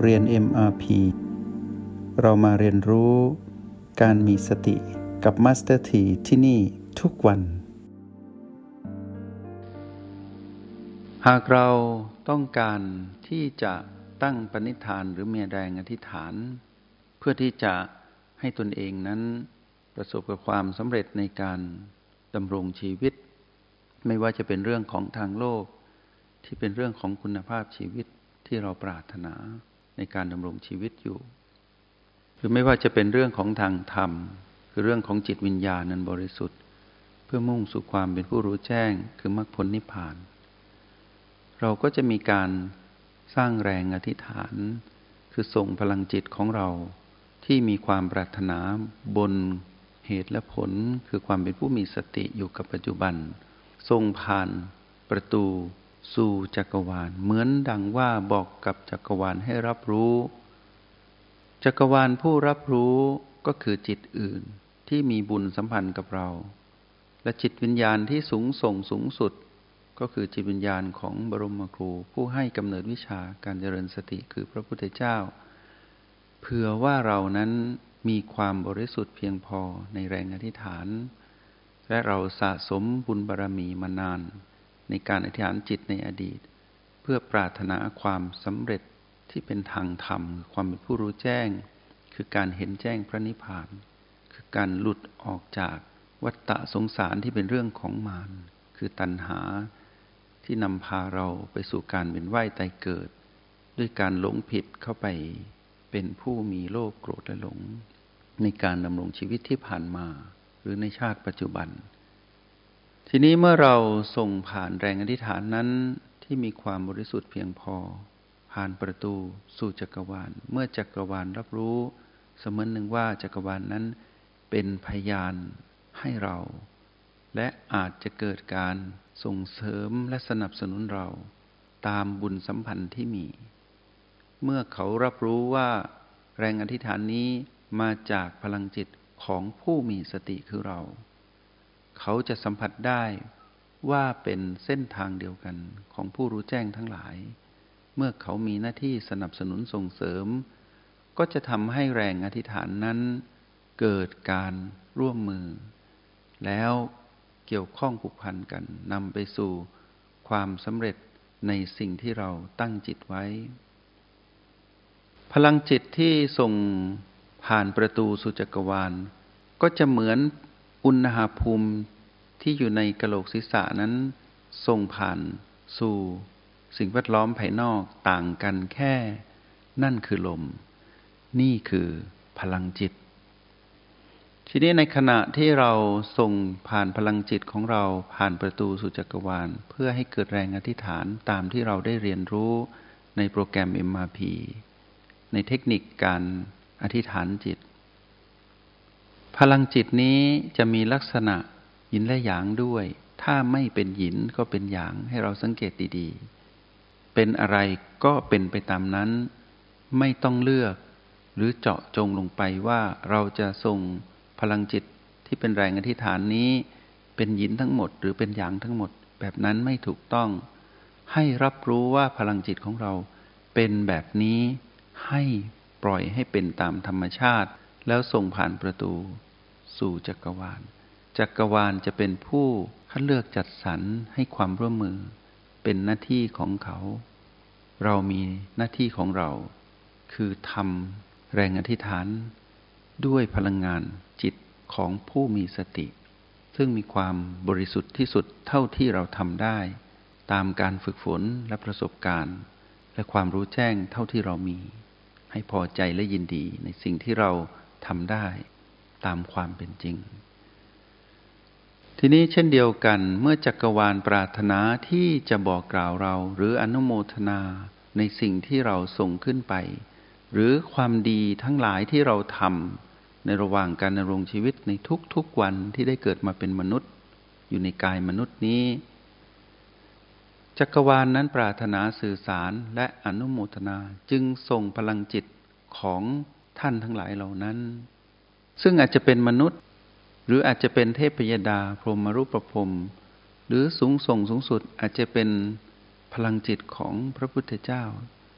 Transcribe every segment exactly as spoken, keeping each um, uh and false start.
เรียน เอ็ม อาร์ พี เรามาเรียนรู้การมีสติกับ Master T ที่นี่ทุกวันหากเราต้องการที่จะตั้งปณิธานหรือมีแรงอธิษฐานเพื่อที่จะให้ตนเองนั้นประสบกับความสำเร็จในการดำรงชีวิตไม่ว่าจะเป็นเรื่องของทางโลกที่เป็นเรื่องของคุณภาพชีวิตที่เราปรารถนาในการดำรงชีวิตอยู่หรือไม่ว่าจะเป็นเรื่องของทางธรรมคือเรื่องของจิตวิญญาณนั้นบริสุทธิ์เพื่อมุ่งสู่ความเป็นผู้รู้แจ้งคือมรรคผลนิพพานเราก็จะมีการสร้างแรงอธิษฐานคือส่งพลังจิตของเราที่มีความปรารถนาบนเหตุและผลคือความเป็นผู้มีสติอยู่กับปัจจุบันส่งผ่านประตูสู่จักรวาลเหมือนดังว่าบอกกับจักรวาลให้รับรู้จักรวาลผู้รับรู้ก็คือจิตอื่นที่มีบุญสัมพันธ์กับเราและจิตวิญญาณที่สูงส่งสูงสุดก็คือจิตวิญญาณของบรมครูผู้ให้กำเนิดวิชาการเจริญสติคือพระพุทธเจ้าเผื่อว่าเรานั้นมีความบริสุทธิ์เพียงพอในแรงอธิษฐานและเราสะสมบุญบารมีมานานในการอธิษฐานจิตในอดีตเพื่อปรารถนาความสำเร็จที่เป็นทางธรรมความเป็นผู้รู้แจ้งคือการเห็นแจ้งพระนิพพานคือการหลุดออกจากวัฏฏะสงสารที่เป็นเรื่องของมารคือตัณหาที่นำพาเราไปสู่การเวียนว่ายตายเกิดด้วยการหลงผิดเข้าไปเป็นผู้มีโลภโกรธและหลงในการดำรงชีวิตที่ผ่านมาหรือในชาติปัจจุบันทีนี้เมื่อเราส่งผ่านแรงอธิษฐานนั้นที่มีความบริสุทธิ์เพียงพอผ่านประตูสู่จักรวาลเมื่อจักรวาลรับรู้เสมือนหนึ่งว่าจักรวาลนั้นเป็นพยานให้เราและอาจจะเกิดการส่งเสริมและสนับสนุนเราตามบุญสัมพันธ์ที่มีเมื่อเขารับรู้ว่าแรงอธิษฐานนี้มาจากพลังจิตของผู้มีสติคือเราเขาจะสัมผัสได้ว่าเป็นเส้นทางเดียวกันของผู้รู้แจ้งทั้งหลายเมื่อเขามีหน้าที่สนับสนุนส่งเสริมก็จะทำให้แรงอธิษฐานนั้นเกิดการร่วมมือแล้วเกี่ยวข้องผูกพันกันนำไปสู่ความสำเร็จในสิ่งที่เราตั้งจิตไว้พลังจิตที่ส่งผ่านประตูสู่จักรวาลก็จะเหมือนอุณหภูมิที่อยู่ในกะโหลกศีรษะนั้นส่งผ่านสู่สิ่งแวดล้อมภายนอกต่างกันแค่นั่นคือลมนี่คือพลังจิตทีนี้ในขณะที่เราส่งผ่านพลังจิตของเราผ่านประตูสู่จักรวาลเพื่อให้เกิดแรงอธิษฐานตามที่เราได้เรียนรู้ในโปรแกรม เอ็ม อาร์ พี ในเทคนิคการอธิษฐานจิตพลังจิตนี้จะมีลักษณะหยินและหยางด้วยถ้าไม่เป็นหยินก็เป็นหยางให้เราสังเกตดีๆเป็นอะไรก็เป็นไปตามนั้นไม่ต้องเลือกหรือเจาะจงลงไปว่าเราจะส่งพลังจิตที่เป็นแรงอธิษฐานนี้เป็นหยินทั้งหมดหรือเป็นหยางทั้งหมดแบบนั้นไม่ถูกต้องให้รับรู้ว่าพลังจิตของเราเป็นแบบนี้ให้ปล่อยให้เป็นตามธรรมชาติแล้วส่งผ่านประตูสู่จักรวาลจักรวาลจะเป็นผู้คัดเลือกจัดสรรให้ความร่วมมือเป็นหน้าที่ของเขาเรามีหน้าที่ของเราคือทำแรงอธิษฐานด้วยพลังงานจิตของผู้มีสติซึ่งมีความบริสุทธิ์ที่สุดเท่าที่เราทำได้ตามการฝึกฝนและประสบการณ์และความรู้แจ้งเท่าที่เรามีให้พอใจและยินดีในสิ่งที่เราทำได้ตามความเป็นจริงทีนี้เช่นเดียวกันเมื่อจักรวาลปรารถนาที่จะบอกกล่าวเราหรืออนุโมทนาในสิ่งที่เราส่งขึ้นไปหรือความดีทั้งหลายที่เราทำในระหว่างการดำรงชีวิตในทุกๆวันที่ได้เกิดมาเป็นมนุษย์อยู่ในกายมนุษย์นี้จักรวาลนั้นปรารถนาสื่อสารและอนุโมทนาจึงส่งพลังจิตของท่านทั้งหลายเหล่านั้นซึ่งอาจจะเป็นมนุษย์หรืออาจจะเป็นเทพยดาพรหมรูปพรหมหรือสูงส่งสูงสุดอาจจะเป็นพลังจิตของพระพุทธเจ้า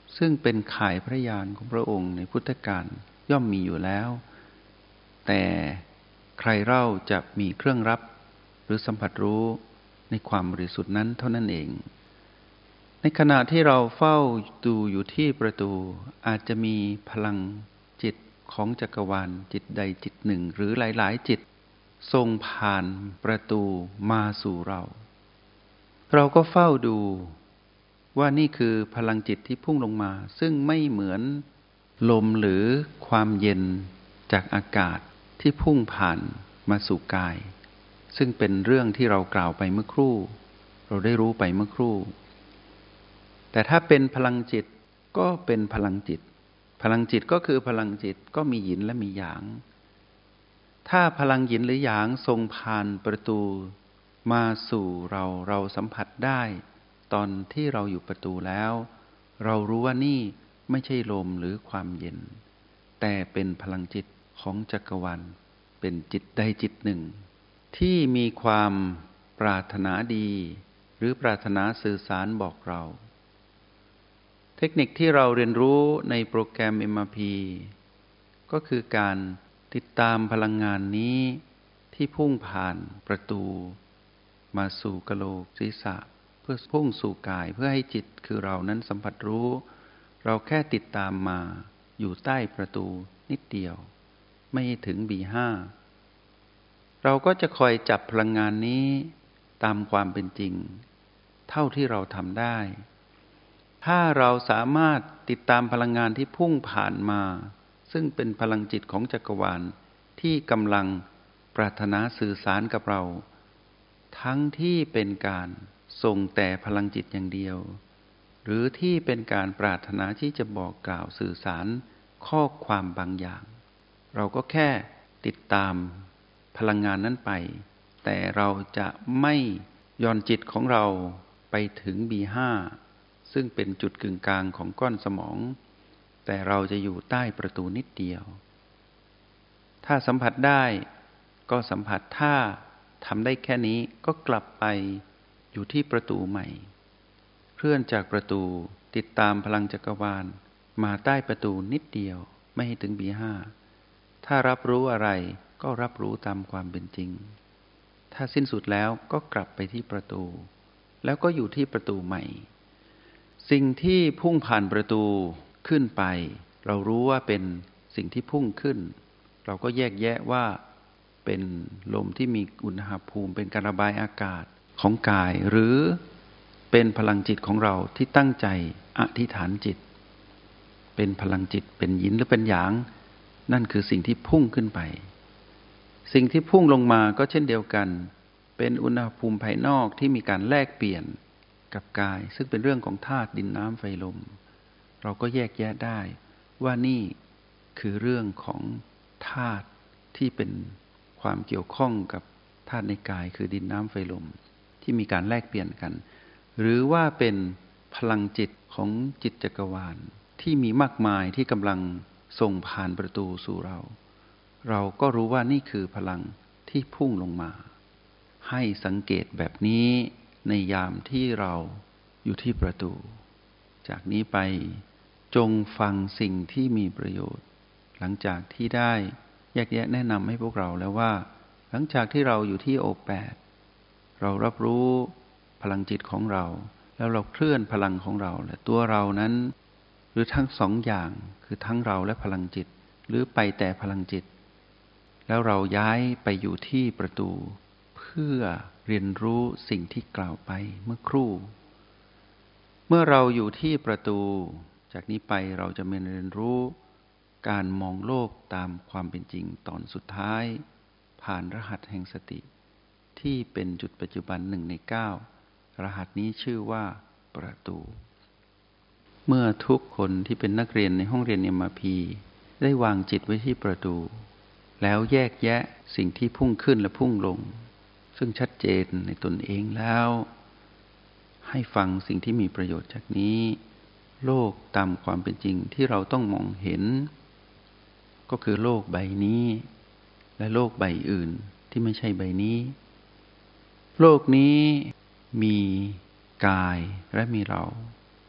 ซึ่งเป็นข่ายพระญาณของพระองค์ในพุทธกาลย่อมมีอยู่แล้วแต่ใครเล่าจะมีเครื่องรับหรือสัมผัสรู้ในความบริสุทธิ์นั้นเท่านั้นเองในขณะที่เราเฝ้าดูอยู่ที่ประตูอาจจะมีพลังจิตของจักรวาลจิตใดจิตหนึ่งหรือหลายๆจิตส่งผ่านประตูมาสู่เราเราก็เฝ้าดูว่านี่คือพลังจิตที่พุ่งลงมาซึ่งไม่เหมือนลมหรือความเย็นจากอากาศที่พุ่งผ่านมาสู่กายซึ่งเป็นเรื่องที่เรากล่าวไปเมื่อครู่เราได้รู้ไปเมื่อครู่แต่ถ้าเป็นพลังจิตก็เป็นพลังจิตพลังจิตก็คือพลังจิตก็มีหยินและมีหยางถ้าพลังหยินหรือหยางส่งผ่านประตูมาสู่เราเราสัมผัสได้ตอนที่เราอยู่ประตูแล้วเรารู้ว่านี่ไม่ใช่ลมหรือความเย็นแต่เป็นพลังจิตของจักรวาลเป็นจิตใดจิตหนึ่งที่มีความปรารถนาดีหรือปรารถนาสื่อสารบอกเราเทคนิคที่เราเรียนรู้ในโปรแกรม เอ็ม อาร์ พี ก็คือการติดตามพลังงานนี้ที่พุ่งผ่านประตูมาสู่กะโหลกศีรษะเพื่อพุ่งสู่กายเพื่อให้จิตคือเรานั้นสัมผัสรู้เราแค่ติดตามมาอยู่ใต้ประตูนิดเดียวไม่ถึง บี ห้า เราก็จะคอยจับพลังงานนี้ตามความเป็นจริงเท่าที่เราทำได้ถ้าเราสามารถติดตามพลังงานที่พุ่งผ่านมาซึ่งเป็นพลังจิตของจักรวาลที่กำลังปรารถนาสื่อสารกับเราทั้งที่เป็นการส่งแต่พลังจิตอย่างเดียวหรือที่เป็นการปรารถนาที่จะบอกกล่าวสื่อสารข้อความบางอย่างเราก็แค่ติดตามพลังงานนั้นไปแต่เราจะไม่ย่อนจิตของเราไปถึง บี ห้า ซึ่งเป็นจุดกึ่งกลางของก้อนสมองแต่เราจะอยู่ใต้ประตูนิดเดียวถ้าสัมผัสได้ก็สัมผัสถ้าทำได้แค่นี้ก็กลับไปอยู่ที่ประตูใหม่เคลื่อนจากประตูติดตามพลังจักรวาลมาใต้ประตูนิดเดียวไม่ให้ถึง บี ห้า ถ้ารับรู้อะไรก็รับรู้ตามความเป็นจริงถ้าสิ้นสุดแล้วก็กลับไปที่ประตูแล้วก็อยู่ที่ประตูใหม่สิ่งที่พุ่งผ่านประตูขึ้นไปเรารู้ว่าเป็นสิ่งที่พุ่งขึ้นเราก็แยกแยะว่าเป็นลมที่มีอุณหภูมิเป็นการระบายอากาศของกายหรือเป็นพลังจิตของเราที่ตั้งใจอธิษฐานจิตเป็นพลังจิตเป็นหยินหรือเป็นหยางนั่นคือสิ่งที่พุ่งขึ้นไปสิ่งที่พุ่งลงมาก็เช่นเดียวกันเป็นอุณหภูมิภายนอกที่มีการแลกเปลี่ยนกับกายซึ่งเป็นเรื่องของธาตุดินน้ำไฟลมเราก็แยกแยะได้ว่านี่คือเรื่องของธาตุที่เป็นความเกี่ยวข้องกับธาตุในกายคือดินน้ำไฟลมที่มีการแลกเปลี่ยนกันหรือว่าเป็นพลังจิตของจิตจักรวาลที่มีมากมายที่กำลังส่งผ่านประตูสู่เราเราก็รู้ว่านี่คือพลังที่พุ่งลงมาให้สังเกตแบบนี้ในยามที่เราอยู่ที่ประตูจากนี้ไปจงฟังสิ่งที่มีประโยชน์หลังจากที่ได้แยกแยะแนะนำให้พวกเราแล้วว่าหลังจากที่เราอยู่ที่โอแปดเรารับรู้พลังจิตของเราแล้วเราเคลื่อนพลังของเราและตัวเรานั้นหรือทั้งสองอย่างคือทั้งเราและพลังจิตหรือไปแต่พลังจิตแล้วเราย้ายไปอยู่ที่ประตูเพื่อเรียนรู้สิ่งที่กล่าวไปเมื่อครู่เมื่อเราอยู่ที่ประตูจากนี้ไปเราจะมาเรียนรู้การมองโลกตามความเป็นจริงตอนสุดท้ายผ่านรหัสแห่งสติที่เป็นจุดปัจจุบันหนึ่งในเก้ารหัสนี้ชื่อว่าประตูเมื่อทุกคนที่เป็นนักเรียนในห้องเรียน เอ็ม อาร์ พี ได้วางจิตไว้ที่ประตูแล้วแยกแยะสิ่งที่พุ่งขึ้นและพุ่งลงซึ่งชัดเจนในตนเองแล้วให้ฟังสิ่งที่มีประโยชน์จากนี้โลกตามความเป็นจริงที่เราต้องมองเห็นก็คือโลกใบนี้และโลกใบอื่นที่ไม่ใช่ใบนี้โลกนี้มีกายและมีเรา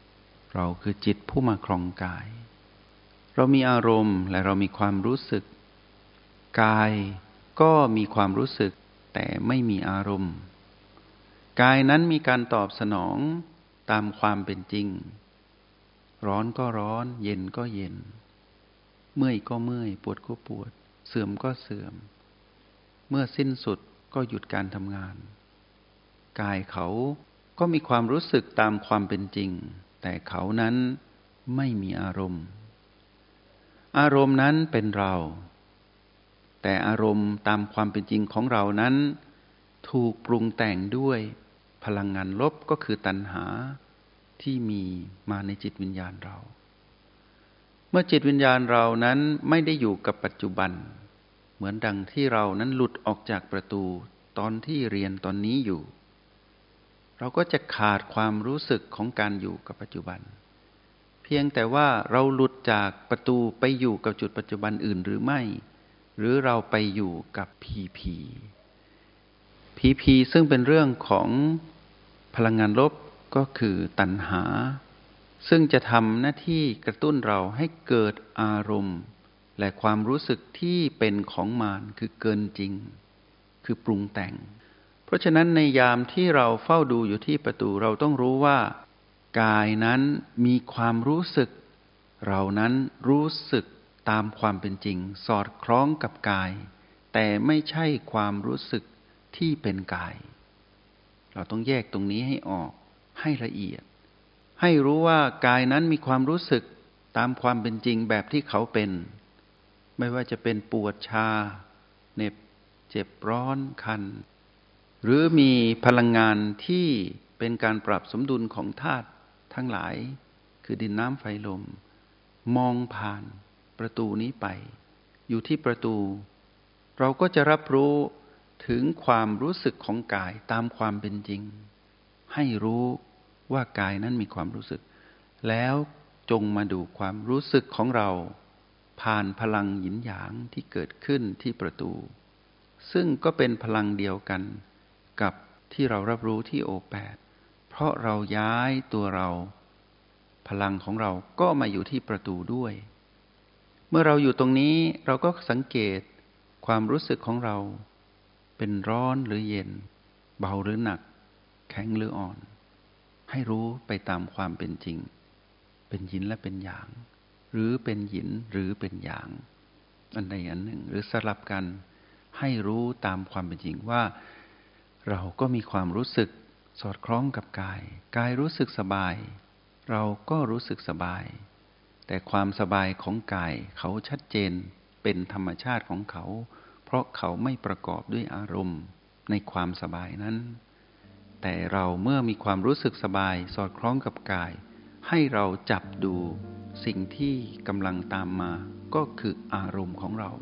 เราคือจิตผู้มาครองกายเรามีอารมณ์และเรามีความรู้สึกกายก็มีความรู้สึกแต่ไม่มีอารมณ์กายนั้นมีการตอบสนองตามความเป็นจริงร้อนก็ร้อนเย็นก็เย็นเมื่อยก็เมื่อยปวดก็ปวดเสื่อมก็เสื่อมเมื่อสิ้นสุดก็หยุดการทำงานกายเขาก็มีความรู้สึกตามความเป็นจริงแต่เขานั้นไม่มีอารมณ์อารมณ์นั้นเป็นเราแต่อารมณ์ตามความเป็นจริงของเรานั้นถูกปรุงแต่งด้วยพลังงานลบก็คือตัณหาที่มีมาในจิตวิญญาณเราเมื่อจิตวิญญาณเรานั้นไม่ได้อยู่กับปัจจุบันเหมือนดังที่เรานั้นหลุดออกจากประตูตอนที่เรียนตอนนี้อยู่เราก็จะขาดความรู้สึกของการอยู่กับปัจจุบันเพียงแต่ว่าเราหลุดจากประตูไปอยู่กับจุดปัจจุบันอื่นหรือไม่หรือเราไปอยู่กับพีพีพีพีซึ่งเป็นเรื่องของพลังงานลบก็คือตัณหาซึ่งจะทำหน้าที่กระตุ้นเราให้เกิดอารมณ์และความรู้สึกที่เป็นของมารคือเกินจริงคือปรุงแต่งเพราะฉะนั้นในยามที่เราเฝ้าดูอยู่ที่ประตูเราต้องรู้ว่ากายนั้นมีความรู้สึกเรานั้นรู้สึกตามความเป็นจริงสอดคล้องกับกายแต่ไม่ใช่ความรู้สึกที่เป็นกายเราต้องแยกตรงนี้ให้ออกให้ละเอียดให้รู้ว่ากายนั้นมีความรู้สึกตามความเป็นจริงแบบที่เขาเป็นไม่ว่าจะเป็นปวดชาเหน็บเจ็บร้อนคันหรือมีพลังงานที่เป็นการปรับสมดุลของธาตุทั้งหลายคือดินน้ำไฟลมมองผ่านประตูนี้ไปอยู่ที่ประตูเราก็จะรับรู้ถึงความรู้สึกของกายตามความเป็นจริงให้รู้ว่ากายนั้นมีความรู้สึกแล้วจงมาดูความรู้สึกของเราผ่านพลังหยินหยางที่เกิดขึ้นที่ประตูซึ่งก็เป็นพลังเดียวกันกับที่เรารับรู้ที่โอแปดเพราะเราย้ายตัวเราพลังของเราก็มาอยู่ที่ประตูด้วยเมื่อเราอยู่ตรงนี้เราก็สังเกตความรู้สึกของเราเป็นร้อนหรือเย็นเบาหรือหนักแข็งหรืออ่อนให้รู้ไปตามความเป็นจริงเป็นหยินและเป็นหยางหรือเป็นหยินหรือเป็นหยางอันใดอันหนึ่งหรือสลับกันให้รู้ตามความเป็นจริงว่าเราก็มีความรู้สึกสอดคล้องกับกายกายรู้สึกสบายเราก็รู้สึกสบายแต่ความสบายของกายเขาชัดเจนเป็นธรรมชาติของเขาเพราะเขาไม่ประกอบด้วยอารมณ์ในความสบายนั้นแต่เราเมื่อมีความรู้สึกสบายสอดคล้องกับกายให้เราจับดูสิ่งที่กำลังตามมาก็คืออารมณ์ของเรา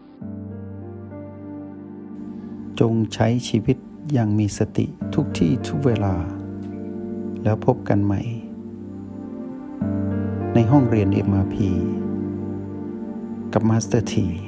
จงใช้ชีวิตอย่างมีสติทุกที่ทุกเวลาแล้วพบกันใหม่ในห้องเรียน เอ็ม อาร์ พี กับมาสเตอร์ที